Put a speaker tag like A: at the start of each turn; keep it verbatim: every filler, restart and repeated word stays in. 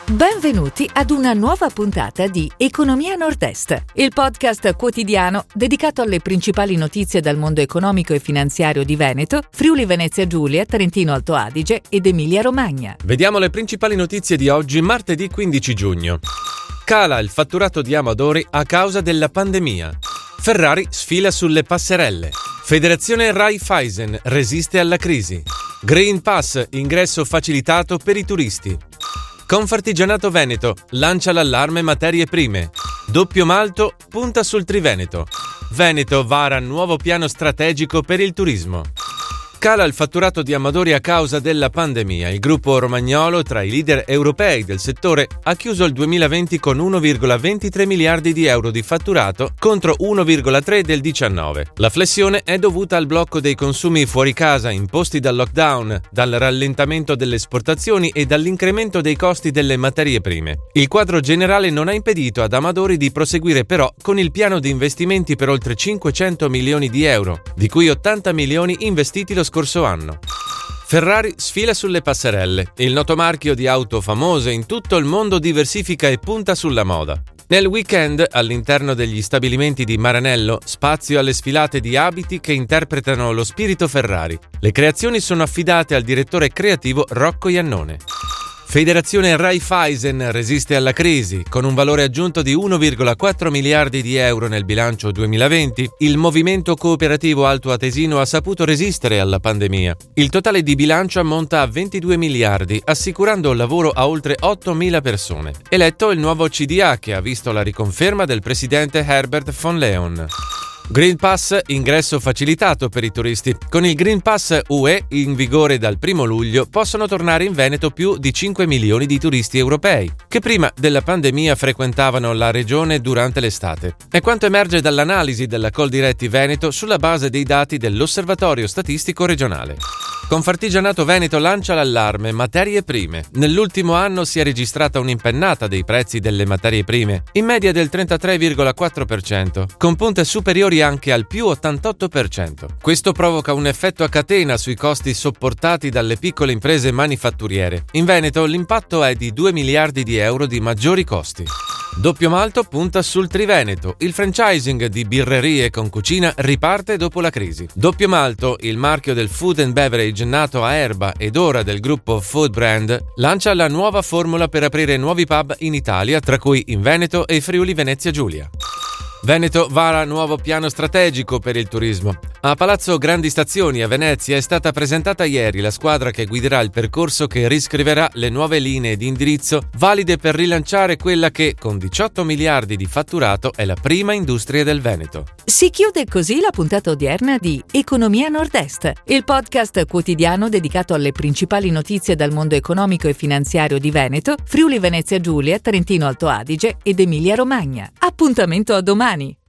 A: Benvenuti ad una nuova puntata di Economia Nord-Est, il podcast quotidiano dedicato alle principali notizie dal mondo economico e finanziario di Veneto, Friuli Venezia Giulia, Trentino Alto Adige ed Emilia Romagna.
B: Vediamo le principali notizie di oggi, martedì quindici giugno. Cala il fatturato di Amadori a causa della pandemia. Ferrari sfila sulle passerelle. Federazione Raiffeisen resiste alla crisi. Green Pass, ingresso facilitato per i turisti. Confartigianato Veneto lancia l'allarme materie prime. Doppio Malto punta sul Triveneto. Veneto vara nuovo piano strategico per il turismo. Cala il fatturato di Amadori a causa della pandemia. Il gruppo romagnolo, tra i leader europei del settore, ha chiuso il duemilaventi con uno virgola ventitré miliardi di euro di fatturato contro uno virgola tre del diciannove. La flessione è dovuta al blocco dei consumi fuori casa imposti dal lockdown, dal rallentamento delle esportazioni e dall'incremento dei costi delle materie prime. Il quadro generale non ha impedito ad Amadori di proseguire però con il piano di investimenti per oltre cinquecento milioni di euro, di cui ottanta milioni investiti lo scorso anno. Ferrari sfila sulle passerelle. Il noto marchio di auto famose in tutto il mondo diversifica e punta sulla moda. Nel weekend, all'interno degli stabilimenti di Maranello, spazio alle sfilate di abiti che interpretano lo spirito Ferrari. Le creazioni sono affidate al direttore creativo Rocco Iannone. Federazione Raiffeisen resiste alla crisi. Con un valore aggiunto di uno virgola quattro miliardi di euro nel bilancio duemilaventi, il movimento cooperativo altoatesino ha saputo resistere alla pandemia. Il totale di bilancio ammonta a ventidue miliardi, assicurando lavoro a oltre ottomila persone. Eletto il nuovo C D A, che ha visto la riconferma del presidente Herbert von Leyen. Green Pass, ingresso facilitato per i turisti. Con il Green Pass U E in vigore dal primo luglio possono tornare in Veneto più di cinque milioni di turisti europei, che prima della pandemia frequentavano la regione durante l'estate. È quanto emerge dall'analisi della Coldiretti Veneto sulla base dei dati dell'Osservatorio Statistico Regionale. Confartigianato Veneto lancia l'allarme materie prime. Nell'ultimo anno si è registrata un'impennata dei prezzi delle materie prime, in media del trentatré virgola quattro per cento, con punte superiori anche al più ottantotto per cento. Questo provoca un effetto a catena sui costi sopportati dalle piccole imprese manifatturiere. In Veneto l'impatto è di due miliardi di euro di maggiori costi. Doppio Malto punta sul Triveneto. Il franchising di birrerie con cucina riparte dopo la crisi. Doppio Malto, il marchio del food and beverage nato a Erba ed ora del gruppo Food Brand, lancia la nuova formula per aprire nuovi pub in Italia, tra cui in Veneto e Friuli Venezia Giulia. Veneto vara nuovo piano strategico per il turismo. A Palazzo Grandi Stazioni a Venezia è stata presentata ieri la squadra che guiderà il percorso che riscriverà le nuove linee di indirizzo valide per rilanciare quella che, con diciotto miliardi di fatturato, è la prima industria del Veneto.
A: Si chiude così la puntata odierna di Economia Nord-Est, il podcast quotidiano dedicato alle principali notizie dal mondo economico e finanziario di Veneto, Friuli Venezia Giulia, Trentino Alto Adige ed Emilia Romagna. Appuntamento a domani!